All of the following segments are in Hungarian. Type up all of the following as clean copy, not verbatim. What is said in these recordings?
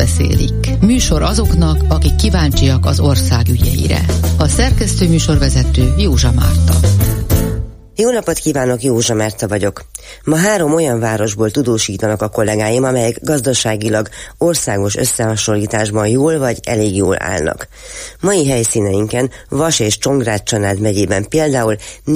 megbeszélik. Műsor azoknak, akik kíváncsiak az ország ügyeire. A szerkesztő műsorvezető Józsa Márta. Jó napot kívánok, Józsa Márta vagyok. Ma 3 olyan városból tudósítanak a kollégáim, amelyek gazdaságilag országos összehasonlításban jól vagy elég jól állnak. Mai helyszíneinken Vas és Csongrád-Csanád megyében például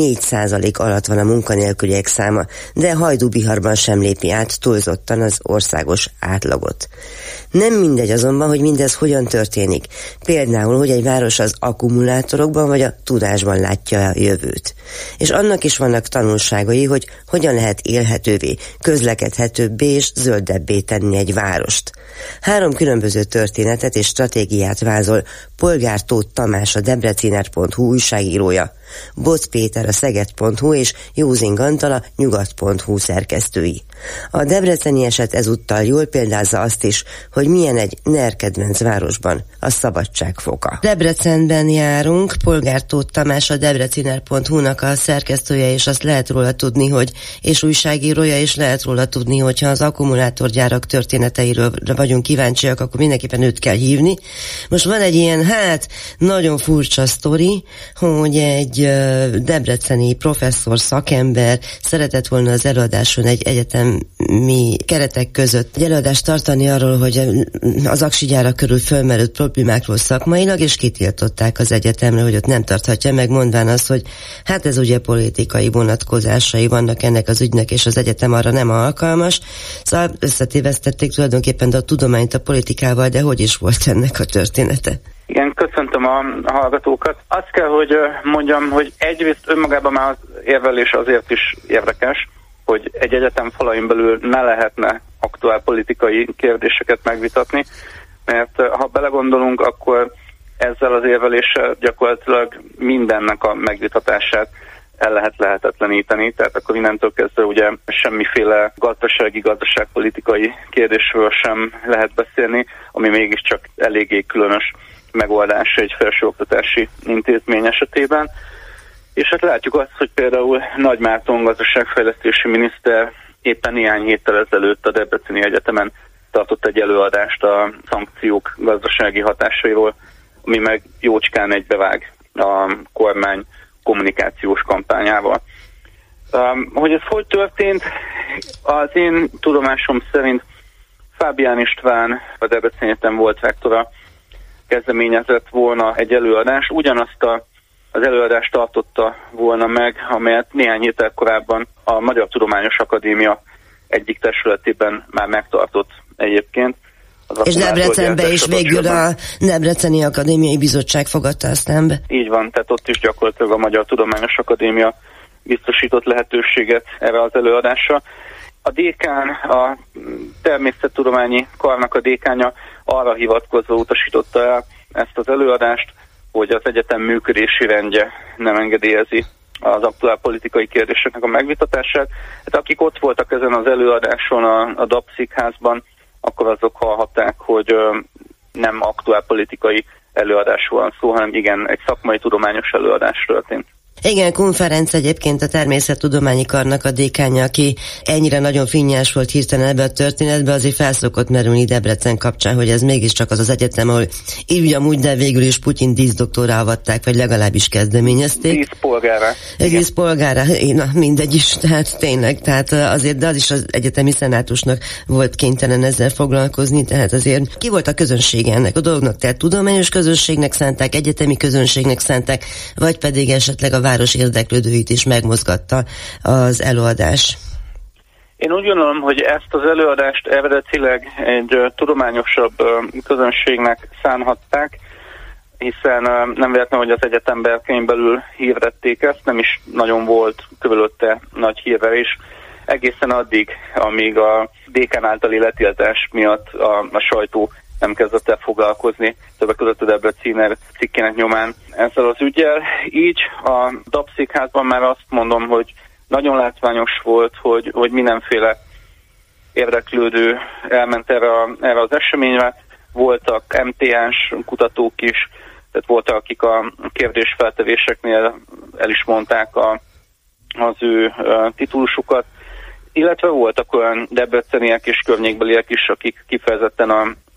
4% alatt van a munkanélküliek száma, de Hajdú-Biharban sem lépi át túlzottan az országos átlagot. Nem mindegy azonban, hogy mindez hogyan történik. Például, hogy egy város az akkumulátorokban vagy a tudásban látja a jövőt. És annak is vannak tanulságai, hogy hogyan lehet élhetővé, közlekedhetőbbé és zöldebbé tenni egy várost. 3 különböző történetet és stratégiát vázol Polgár Tóth Tamás, a debreciner.hu újságírója, Bot Péter, a szeged.hu és Józing Antal, a nyugat.hu szerkesztői. A debreceni eset ezúttal jól példázza azt is, hogy milyen egy NER kedvenc városban a szabadság foka. Debrecenben járunk, Polgár Tóth Tamás, a debreciner.hu-nak a szerkesztője, és azt lehet róla tudni, hogy és újságírója, és lehet róla tudni, hogyha az akkumulátorgyárak történeteiről vagyunk kíváncsiak, akkor mindenképpen őt kell hívni. Most van egy ilyen, nagyon furcsa sztori, hogy egy debreceni professzor, szakember szeretett volna az előadáson egy egyetemi keretek között egy előadást tartani arról, hogy az aksigyárak körül fölmerült problémákról szakmailag, és kitiltották az egyetemre, hogy ott nem tarthatja meg, mondván azt, hogy ez ugye politikai vonatkozásai vannak ennek az ügynek, és az egyetem arra nem alkalmas. Szóval összetévesztették tulajdonképpen a tudományt a politikával, de hogy is volt ennek a története? Igen, köszöntöm a hallgatókat. Azt kell, hogy mondjam, hogy egyrészt önmagában már az érvelés azért is érdekes, hogy egy egyetem falain belül ne lehetne aktuál politikai kérdéseket megvitatni, mert ha belegondolunk, akkor ezzel az érveléssel gyakorlatilag mindennek a megvitatását el lehet lehetetleníteni, tehát akkor innentől kezdve ugye semmiféle gazdaságpolitikai kérdésről sem lehet beszélni, ami mégiscsak eléggé különös megoldás egy felsőoktatási intézmény esetében. És látjuk azt, hogy például Nagy Márton gazdaságfejlesztési miniszter éppen néhány héttel ezelőtt a Debreceni Egyetemen tartott egy előadást a szankciók gazdasági hatásairól, ami meg jócskán egybevág a kormány kommunikációs kampányával. Hogy ez hogy történt? Az én tudomásom szerint Fábián István, a Debreceni Egyetem volt rektora, kezdeményezett volna egy előadást, ugyanazt az előadást tartotta volna meg, amelyet néhány héttel korábban a Magyar Tudományos Akadémia egyik testületében már megtartott egyébként. És Debrecenbe is végül a Debreceni Akadémiai Bizottság fogadta aztán be. Így van, tehát ott is gyakorlatilag a Magyar Tudományos Akadémia biztosított lehetőséget erre az előadásra. A dékán, a természettudományi karnak a dékánja arra hivatkozva utasította el ezt az előadást, hogy az egyetem működési rendje nem engedélyezi az aktuál politikai kérdéseknek a megvitatását. Hát akik ott voltak ezen az előadáson a DAPSZIK-házban, akkor azok hallhatták, hogy nem aktuál politikai előadásról van szó, hanem igen, egy szakmai tudományos előadás történt. Igen, Kun Ferenc egyébként a természettudományi karnak a dékánja, aki ennyire nagyon finnyás volt hirtelen ebbe a történetbe, azért felszokott merülni Debrecen kapcsán, hogy ez mégiscsak az az egyetem, ahol így amúgy, de végül is Putyin díszdoktorrá avatták, vagy legalábbis kezdeményezték. Díszpolgára, mindegy is, tehát tényleg, tehát azért, de az is az egyetemi szenátusnak volt kénytelen ezzel foglalkozni, tehát azért ki volt a közönsége ennek a dolognak, tehát tudományos közönségnek szánták, egyetemi közönségnek szánták, vagy pedig esetleg a város érdeklődőit is megmozgatta az előadás. Én úgy gondolom, hogy ezt az előadást eredetileg egy tudományosabb közönségnek szánhatták, hiszen nem véletlen, hogy az egyetem berkein belül hirdették ezt, nem is nagyon volt körülötte nagy hírverés, egészen addig, amíg a dékán általi letiltás miatt a sajtó nem kezdett el foglalkozni, többek között a Debreciner cikkének nyomán ezzel az üggyel. Így a DAPSZIK-házban már azt mondom, hogy nagyon látványos volt, hogy mindenféle érdeklődő elment erre az eseményre. Voltak MTA-s kutatók is, tehát voltak, akik a kérdésfeltevéseknél el is mondták az ő titulusukat, illetve voltak olyan debreceniek és környékbeliek is, akik kifejezetten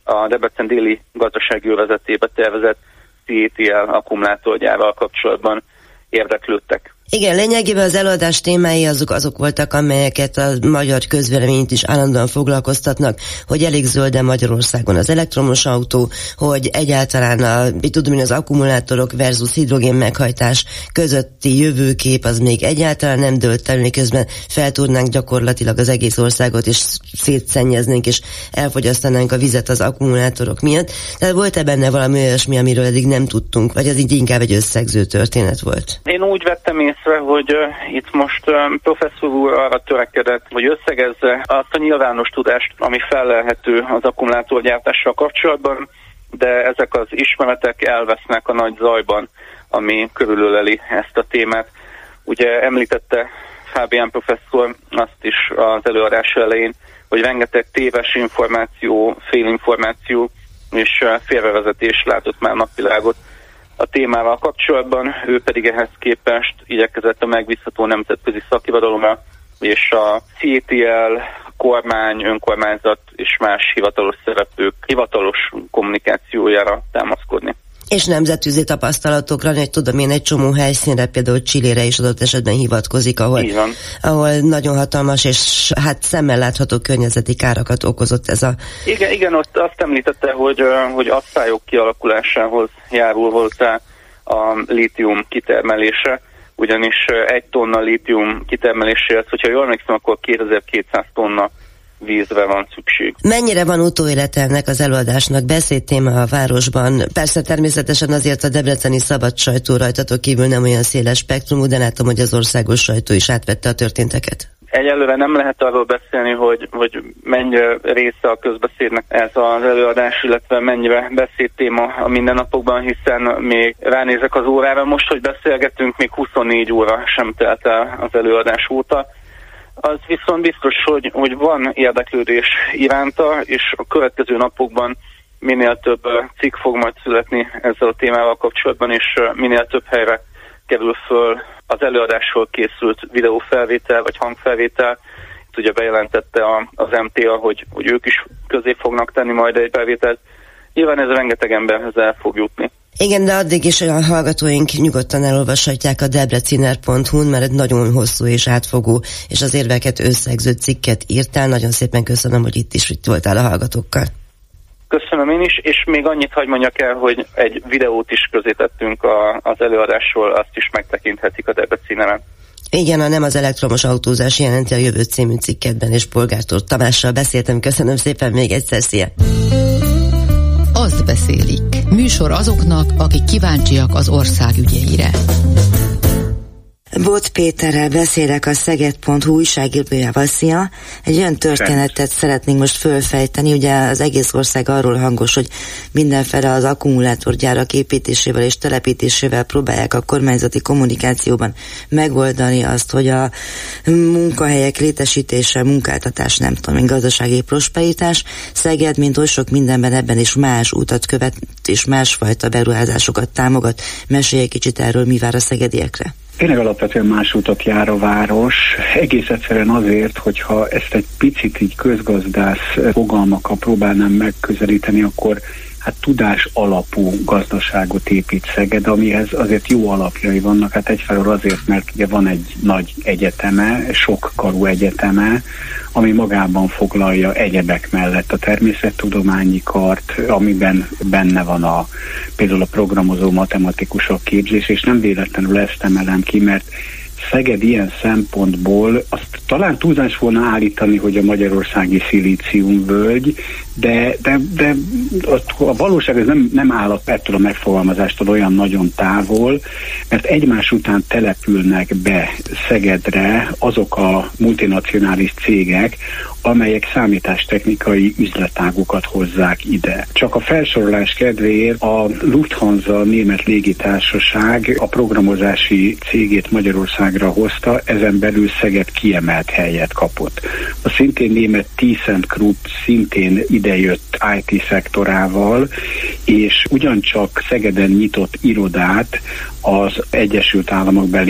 a Debrecen déli gazdasági övezetébe tervezett CATL akkumulátorgyárral kapcsolatban érdeklődtek. Igen, lényegében az előadás témái azok voltak, amelyeket a magyar közvéleményt is állandóan foglalkoztatnak, hogy elég zölde Magyarországon az elektromos autó, hogy egyáltalán az akkumulátorok versus hidrogén meghajtás közötti jövőkép az még egyáltalán nem dőlt el, miközben feltúrnánk gyakorlatilag az egész országot, és szétszennyeznénk, és elfogyasztanánk a vizet az akkumulátorok miatt. Tehát volt-e benne valami olyasmi, amiről eddig nem tudtunk, vagy ez így inkább egy összegző történet volt? Én úgy vettem észre, hogy itt most professzor úr arra törekedett, hogy összegezze azt a nyilvános tudást, ami fellelhető az akkumulátorgyártással kapcsolatban, de ezek az ismeretek elvesznek a nagy zajban, ami körülöleli ezt a témát. Ugye említette Fábián professzor azt is az előadás elején, hogy rengeteg téves információ, félinformáció és félrevezetés látott már napvilágot a témával kapcsolatban, ő pedig ehhez képest igyekezett a megbízható nemzetközi szakirodalomra és a CATL, kormány, önkormányzat és más hivatalos szereplők hivatalos kommunikációjára támaszkodni. És nemzetközi tapasztalatokra, hogy tudom én, egy csomó helyszínre, például Chilére is adott esetben hivatkozik, ahol nagyon hatalmas és hát szemmel látható környezeti károkat okozott ez a... Igen, ott azt említette, hogy asszályok kialakulásához járul hozzá a lítium kitermelése, ugyanis 1 tonna lítium kitermeléséhez, hogyha jól emlékszem, akkor 2200 tonna vízre van szükség. Mennyire van utóélete ennek az előadásnak? Beszédtéma a városban. Persze természetesen azért a debreceni szabad sajtó rajtatok kívül nem olyan széles spektrumú, de látom, hogy az országos sajtó is átvette a történteket. Egyelőre nem lehet arról beszélni, hogy mennyire része a közbeszédnek ez az előadás, illetve mennyire beszédtéma a mindennapokban, hiszen még ránézek az órára, most, hogy beszélgetünk, még 24 óra sem telt el az előadás óta. Az viszont biztos, hogy van érdeklődés iránta, és a következő napokban minél több cikk fog majd születni ezzel a témával kapcsolatban, és minél több helyre kerül föl az előadásról készült videófelvétel vagy hangfelvétel. Itt ugye bejelentette az MTA, hogy ők is közé fognak tenni majd egy felvételt. Nyilván ez rengeteg emberhez el fog jutni. Igen, de addig is a hallgatóink nyugodtan elolvashatják a debreciner.hu-n, mert egy nagyon hosszú és átfogó, és az érveket összegző cikket írtál. Nagyon szépen köszönöm, hogy itt voltál a hallgatókkal. Köszönöm én is, és még annyit hagy mondjak el, hogy egy videót is közé tettünk az előadásról, azt is megtekinthetik a Debrecineren. Igen, a Nem az elektromos autózás jelenti a jövő című cikkedben, és Polgártóth Tamással beszéltem. Köszönöm szépen még egyszer, szia! Azt beszélik. Műsor azoknak, akik kíváncsiak az ország ügyeire. Bot Péterrel beszélek, a Szeged.hu újságírójával. Szia! Egy olyan történetet szeretnénk most fölfejteni, ugye az egész ország arról hangos, hogy mindenfele az akkumulátorgyárak építésével és telepítésével próbálják a kormányzati kommunikációban megoldani azt, hogy a munkahelyek létesítése, munkáltatás, nem tudom, gazdasági prosperitás. Szeged, mint oly sok mindenben ebben is más utat követ, és másfajta beruházásokat támogat. Mesélj egy kicsit erről, mi vár a szegediekre. Tényleg alapvetően más utat jár a város, egész egyszerűen azért, hogyha ezt egy picit így közgazdász fogalmakkal próbálnám megközelíteni, akkor hát tudás alapú gazdaságot épít Szeged, amihez azért jó alapjai vannak. Hát egyfelől azért, mert ugye van egy nagy egyeteme, sokkarú egyeteme, ami magában foglalja egyebek mellett a természettudományi kart, amiben benne van például a programozó matematikusok képzés, és nem véletlenül ezt emelem ki, mert Szeged ilyen szempontból azt talán túlzás volna állítani, hogy a magyarországi szilíciumvölgy, de a valóság ez nem áll ettől a megfogalmazástól olyan nagyon távol, mert egymás után települnek be Szegedre azok a multinacionális cégek, amelyek számítástechnikai üzletágokat hozzák ide. Csak a felsorolás kedvéért a Lufthansa német légitársaság a programozási cégét Magyarországra hozta, ezen belül Szeged kiemelt helyet kapott. A szintén német ThyssenKrupp szintén idejött IT szektorával, és ugyancsak Szegeden nyitott irodát az Egyesült Államok beli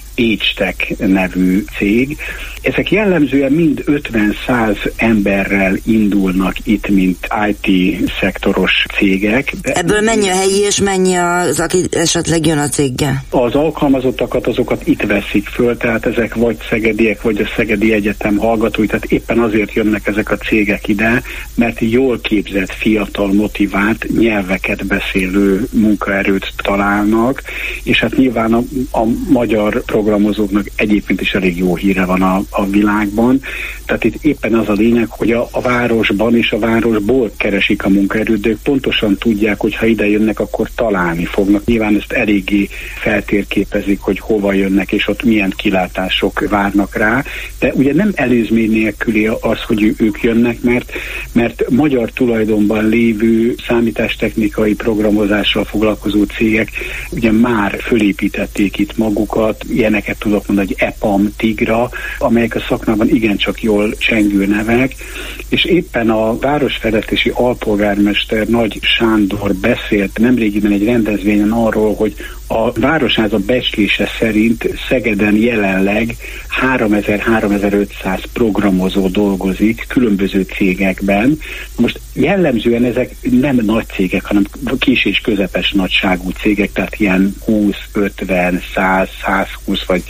AgeTech nevű cég. Ezek jellemzően mind 50-100 emberrel indulnak itt, mint IT-szektoros cégek. Ebből mennyi a helyi, és mennyi az, aki esetleg jön a céggel? Az alkalmazottakat, azokat itt veszik föl, tehát ezek vagy szegediek, vagy a Szegedi Egyetem hallgatói, tehát éppen azért jönnek ezek a cégek ide, mert jól képzett, fiatal, motivált, nyelveket beszélő munkaerőt találnak, és hát nyilván a magyar programozóknak egyébként is elég jó híre van a világban. Tehát itt éppen az a lényeg, hogy a városban és a városból keresik a munkaerőt, de ők pontosan tudják, hogy ha ide jönnek, akkor találni fognak. Nyilván ezt eléggé feltérképezik, hogy hova jönnek, és ott milyen kilátások várnak rá, de ugye nem előzmény nélküli az, hogy ők jönnek, mert magyar tulajdonban lévő számítástechnikai programozással foglalkozó cégek ugye már fölépítették itt magukat, ilyeneket tudok mondani, hogy EPAM, Tigra, amelyek a szakmában igencsak jól csengő nevek, és éppen a városfejlesztési alpolgármester Nagy Sándor beszélt nemrégiben egy rendezvényen arról, hogy a Városháza becslése szerint Szegeden jelenleg 3000-3500 programozó dolgozik különböző cégekben. Most jellemzően ezek nem nagy cégek, hanem kis és közepes nagyságú cégek, tehát ilyen 20, 50, 100, 120 vagy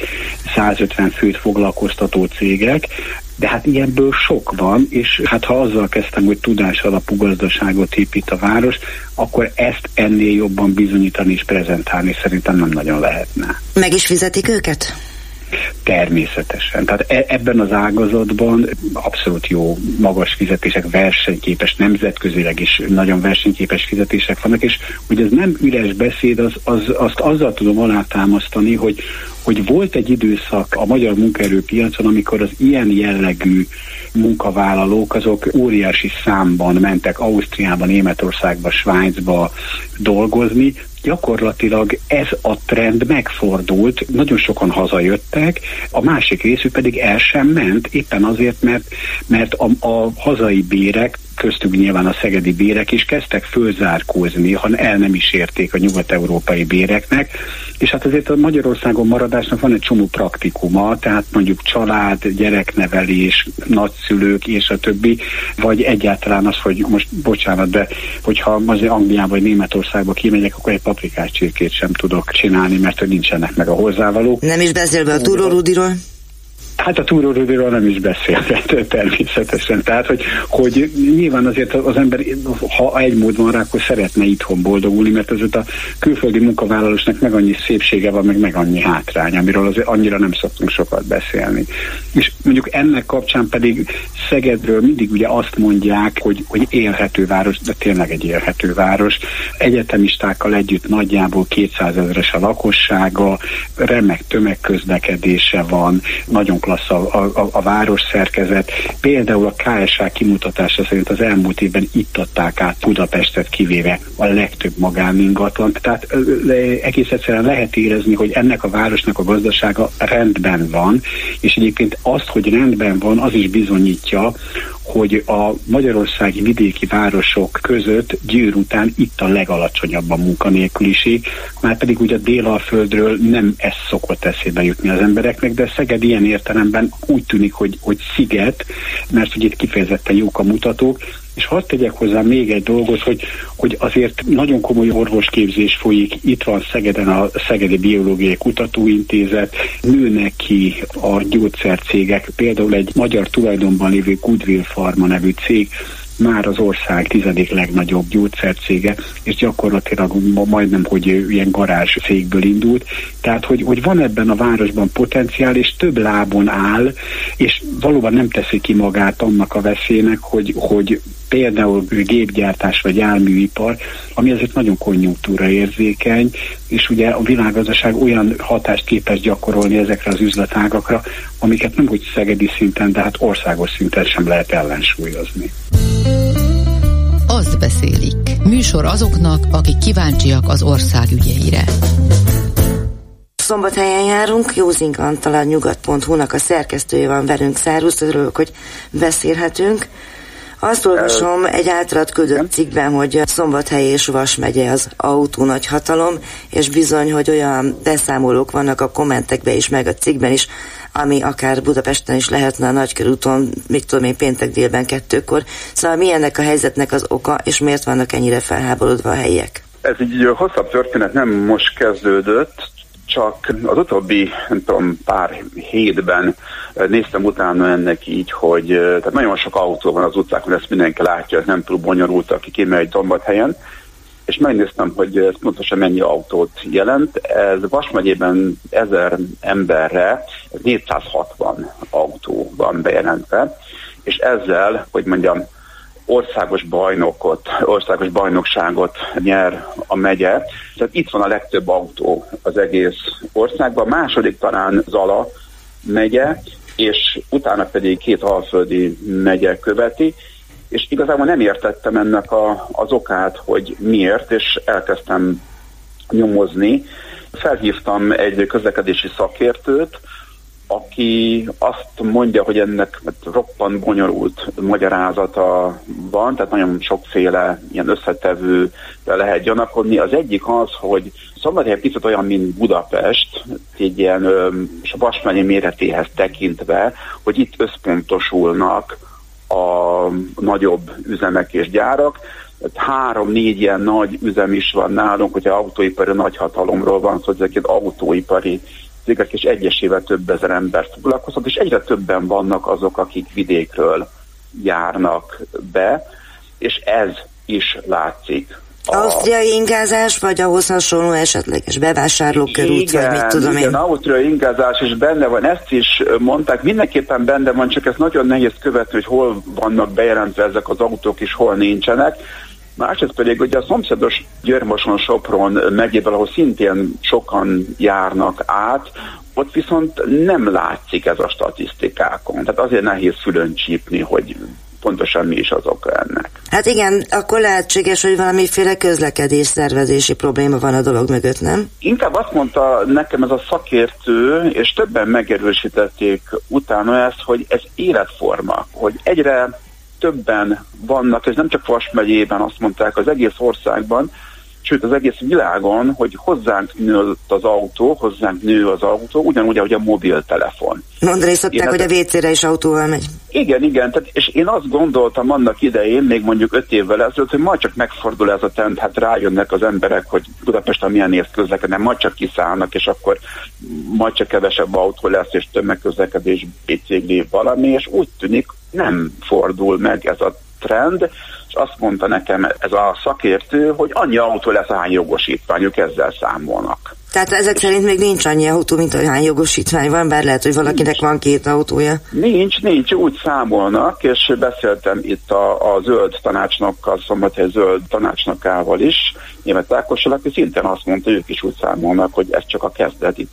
150 főt foglalkoztató cégek, de hát ilyenből sok van, és hát ha azzal kezdtem, hogy tudás alapú gazdaságot épít a város, akkor ezt ennél jobban bizonyítani és prezentálni szerintem nem nagyon lehetne. Meg is fizetik őket? Természetesen. Tehát ebben az ágazatban abszolút jó, magas fizetések, versenyképes, nemzetközileg is nagyon versenyképes fizetések vannak, és hogy ez nem üres beszéd, azt azzal tudom alátámasztani, hogy volt egy időszak a magyar munkaerőpiacon, amikor az ilyen jellegű munkavállalók azok óriási számban mentek Ausztriába, Németországba, Svájcba dolgozni. Gyakorlatilag ez a trend megfordult, nagyon sokan hazajöttek, a másik részük pedig el sem ment, éppen azért, mert a hazai bérek, köztük nyilván a szegedi bérek is kezdtek fölzárkózni, ha el nem is érték a nyugat-európai béreknek, és hát azért a Magyarországon maradásnak van egy csomó praktikuma, tehát mondjuk család, gyereknevelés, nagyszülők és a többi, vagy egyáltalán az, hogy most bocsánat, de hogyha azért Angliába vagy Németországba kimegyek, akkor egy paprikás csirkét sem tudok csinálni, mert hogy nincsenek meg a hozzávalók. Nem is beszélve a túrórudiról? Hát a túrórudiról nem is beszélhet természetesen. Tehát, hogy nyilván azért az ember, ha egy mód van rá, akkor szeretne itthon boldogulni, mert azért a külföldi munkavállalósnak meg annyi szépsége van, meg annyi hátrány, amiről azért annyira nem szoktunk sokat beszélni. És mondjuk ennek kapcsán pedig Szegedről mindig ugye azt mondják, hogy élhető város, de tényleg egy élhető város. Egyetemistákkal együtt nagyjából 200 000-es a lakossága, remek tömegközlekedése van, nagyon klassz a város szerkezet. Például a KSH kimutatása szerint az elmúlt évben itt adták át Budapestet kivéve a legtöbb magáningatlan. Tehát egész egyszerűen lehet érezni, hogy ennek a városnak a gazdasága rendben van, és egyébként azt, hogy rendben van, az is bizonyítja, hogy a magyarországi vidéki városok között Győr után itt a legalacsonyabb a munkanélküliség, már pedig ugye Délalföldről nem ez szokott eszébe jutni az embereknek, de Szeged ilyen értelemben úgy tűnik, hogy sziget, mert ugye itt kifejezetten jók a mutatók, és hadd tegyek hozzá még egy dolgot, hogy azért nagyon komoly orvosképzés folyik, itt van Szegeden a Szegedi Biológiai Kutatóintézet, nőnek ki a gyógyszercégek, például egy magyar tulajdonban lévő Goodwill Pharma nevű cég, már az ország 10. legnagyobb gyógyszercége, és gyakorlatilag majdnem, hogy ilyen garázs cégből indult. Tehát, hogy van ebben a városban potenciál, és több lábon áll, és valóban nem teszi ki magát annak a veszélynek, hogy például gépgyártás vagy járműipar, ami azért nagyon konjunktúra érzékeny, és ugye a világgazdaság olyan hatást képes gyakorolni ezekre az üzletágakra, amiket nem úgy szegedi szinten, de hát országos szinten sem lehet ellensúlyozni. Azt beszélik. Műsor azoknak, akik kíváncsiak az ország ügyeire. Szombathelyen járunk, Józink Antal, a nyugat.hu-nak a szerkesztője van velünk, szervusz, örülök, hogy beszélhetünk. Azt olvasom egy általad küldött cikkben, hogy Szombathely és Vas megye az autó nagyhatalom, és bizony, hogy olyan beszámolók vannak a kommentekben is, meg a cikkben is, ami akár Budapesten is lehetne a Nagykörúton, még tudom én, péntek délben 2-kor. Szóval mi ennek a helyzetnek az oka, és miért vannak ennyire felháborodva a helyiek? Ez egy hosszabb történet, nem most kezdődött, csak az utóbbi, nem tudom, pár hétben néztem utána ennek így, hogy tehát nagyon sok autó van az utcákon, ezt mindenki látja, ez nem túl bonyolult, aki kimegy Szombathelyen, és megnéztem, hogy ez pontosan mennyi autót jelent. Ez Vas megyében 1000 emberre 460 autó van bejelentve, és ezzel, hogy mondjam, országos bajnokságot nyer a megye. Tehát itt van a legtöbb autó az egész országban. Második talán Zala megye, és utána pedig 2 alföldi megye követi, és igazából nem értettem ennek az okát, hogy miért, és elkezdtem nyomozni. Felhívtam egy közlekedési szakértőt, aki azt mondja, hogy ennek roppant bonyolult magyarázata van, tehát nagyon sokféle ilyen összetevő lehet gyanakodni. Az egyik az, hogy Szombathely picit olyan, mint Budapest, egy ilyen, és a Vas megye méretéhez tekintve, hogy itt összpontosulnak a nagyobb üzemek és gyárak. 3-4 ilyen nagy üzem is van nálunk, hogyha autóipari nagyhatalomról van szó, ezeket autóipari cégek, és egyesével több ezer embert foglalkoztat, és egyre többen vannak azok, akik vidékről járnak be, és ez is látszik. Ausztriai ingázás, vagy ahhoz hasonló esetleges bevásárlókörút, vagy mit tudom én? Igen, ausztriai ingázás is benne van, ezt is mondták, mindenképpen benne van, csak ez nagyon nehéz követni, hogy hol vannak bejelentve ezek az autók, és hol nincsenek. Másrészt pedig ugye a szomszédos Győr-Moson-Sopron megyében, ahol szintén sokan járnak át, ott viszont nem látszik ez a statisztikákon. Tehát azért nehéz fülön csípni, hogy pontosan mi is az oka ennek. Hát igen, akkor lehetséges, hogy valamiféle közlekedés szervezési probléma van a dolog mögött, nem? Inkább azt mondta nekem ez a szakértő, és többen megerősítették utána ezt, hogy ez életforma, hogy egyre többen vannak, és nem csak Vas megyében, azt mondták, az egész országban, sőt az egész világon, hogy hozzánk nő az autó, ugyanúgy, ahogy a mobiltelefon. Mondani szokták, hogy a WC-re is autóval megy. Igen, tehát, és én azt gondoltam annak idején, még mondjuk 5 évvel ezelőtt, hogy majd csak megfordul ez a trend, hát rájönnek az emberek, hogy Budapesten milyen néz közlekednek, majd csak kiszállnak, és akkor majd csak kevesebb autó lesz, és tömegközlekedés, bicikli valami, és úgy tűnik, nem fordul meg ez a trend, és azt mondta nekem ez a szakértő, hogy annyi autó lesz, hány jogosítványuk, ezzel számolnak. Tehát ezek szerint még nincs annyi autó, mint hány jogosítvány van, bár lehet, hogy valakinek van 2 autója. Nincs, úgy számolnak, és beszéltem itt a zöld tanácsnokkal, Szombathely zöld tanácsnokával is, Németh Ákossal, aki szintén azt mondta, ők is úgy számolnak, hogy ez csak a kezdet, itt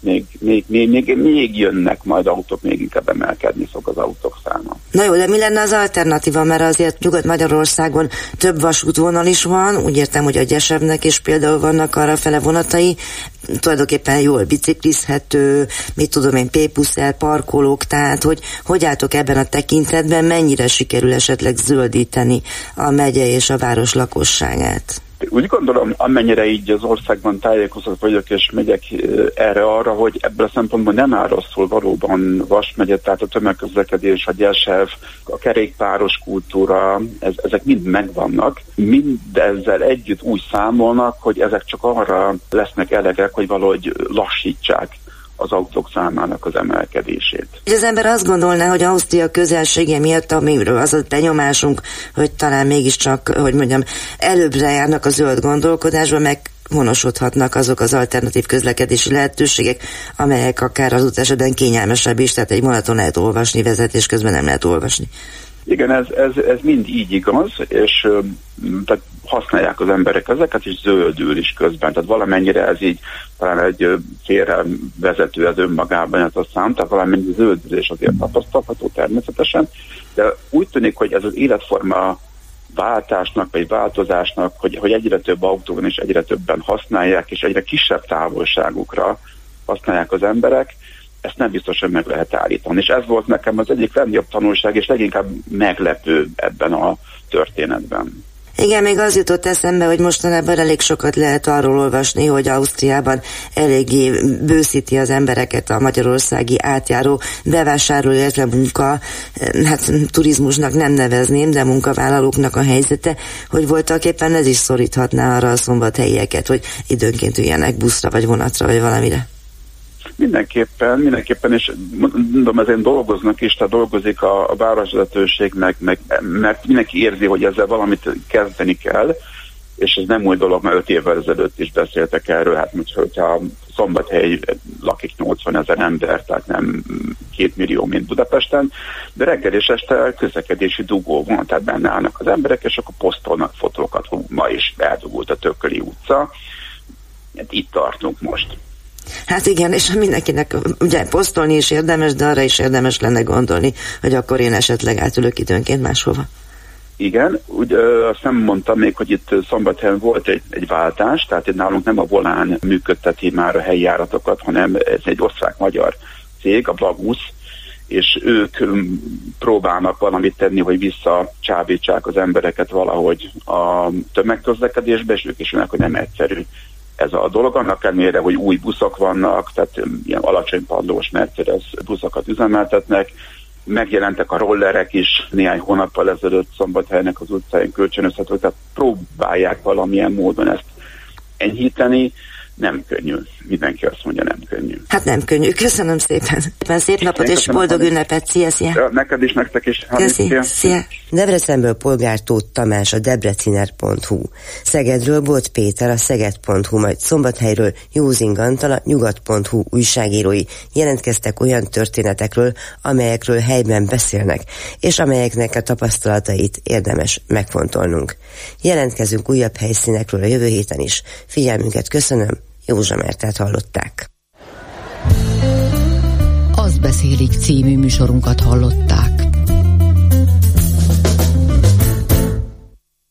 még jönnek majd autók, még inkább emelkedni fog az autók száma. Na jó, de mi lenne az alternatíva, mert azért Nyugat-Magyarországon több vasútvonal is van, úgy értem, hogy a Gyesebnek is például vannak arrafele vonatai, tulajdonképpen jól biciklizhető, mit tudom én, P+R parkolók, tehát hogy álltok ebben a tekintetben, mennyire sikerül esetleg zöldíteni a megye és a város lakosságát? Úgy gondolom, amennyire így az országban tájékozott vagyok, és megyek erre-arra, hogy ebből a szempontból nem áll rosszul valóban Vas megye, tehát a tömegközlekedés, a Gyesev, a kerékpáros kultúra, ezek mind megvannak. Mindezzel együtt úgy számolnak, hogy ezek csak arra lesznek elegek, hogy valahogy lassítsák az autók számának az emelkedését. Az ember azt gondolná, hogy Ausztria közelsége miatt, amiről az a benyomásunk, hogy talán mégiscsak, hogy mondjam, előbbre járnak a zöld gondolkodásba, meg honosodhatnak azok az alternatív közlekedési lehetőségek, amelyek akár az út esetben kényelmesebb is, tehát egy vonaton lehet olvasni, vezetés közben nem lehet olvasni. Igen, ez mind így igaz, és tehát használják az emberek ezeket, és zöldül is közben. Tehát valamennyire ez így talán egy félrevezető ez önmagában ez a szám, tehát valamennyi zöldülés azért tapasztalható természetesen, de úgy tűnik, hogy ez az életforma váltásnak, vagy változásnak, hogy egyre több autó van, és egyre többen használják, és egyre kisebb távolságukra használják az emberek, ezt nem biztosan meg lehet állítani. És ez volt nekem az egyik legnagyobb tanulság, és leginkább meglepő ebben a történetben. Igen, még az jutott eszembe, hogy mostanában elég sokat lehet arról olvasni, hogy Ausztriában eléggé bőszíti az embereket a magyarországi átjáró bevásárló, illetve munka, hát turizmusnak nem nevezném, de munkavállalóknak a helyzete, hogy voltaképpen ez is szoríthatná arra a szombathelyieket, hogy időnként üljenek buszra, vagy vonatra, vagy valamire. Mindenképpen, és mondom, ezen dolgoznak is, tehát dolgozik a városvezetőség, mert mindenki érzi, hogy ezzel valamit kezdeni kell, és ez nem új dolog, mert 5 évvel ezelőtt is beszéltek erről, hát hogyha Szombathely lakik 80 000 ember, tehát nem 2 millió, mint Budapesten, de reggel és este közlekedési dugó van, tehát benne állnak az emberek, és akkor posztolnak fotókat, ma is eldugult a Tököli utca, itt tartunk most. Hát igen, és mindenkinek ugye posztolni is érdemes, de arra is érdemes lenne gondolni, hogy akkor én esetleg átülök időnként máshova. Igen, ugye azt nem mondtam még, hogy itt Szombathelyen volt egy váltás, tehát itt nálunk nem a Volán működteti már a helyi járatokat, hanem ez egy osztrák-magyar cég, a Blagusz, és ők próbálnak valamit tenni, hogy visszacsábítsák az embereket valahogy a tömegközlekedésbe, és ők is jönnek, hogy nem egyszerű ez a dolog, annak ellenére, hogy új buszok vannak, tehát ilyen alacsony padlós Mercedes buszokat üzemeltetnek, megjelentek a rollerek is néhány hónappal ezelőtt Szombathelynek az utcáin kölcsönözhetők, tehát próbálják valamilyen módon ezt enyhíteni. Nem könnyű. Mindenki azt mondja, nem könnyű. Hát nem könnyű. Köszönöm szépen. Szép napot és boldog ünnepet. Szia. Neked is, nektek is. Szia. Debrecenből Polgár Tóth Tamás, a debreciner.hu. Szegedről Bot Péter, a szeged.hu, majd Szombathelyről Józing Antal, a nyugat.hu újságírói jelentkeztek olyan történetekről, amelyekről helyben beszélnek, és amelyeknek a tapasztalatait érdemes megfontolnunk. Jelentkezünk újabb helyszínekről a jövő héten is. Figyelmünket köszönöm. Józsa Mertát hallották. Azt beszélik című műsorunkat hallották.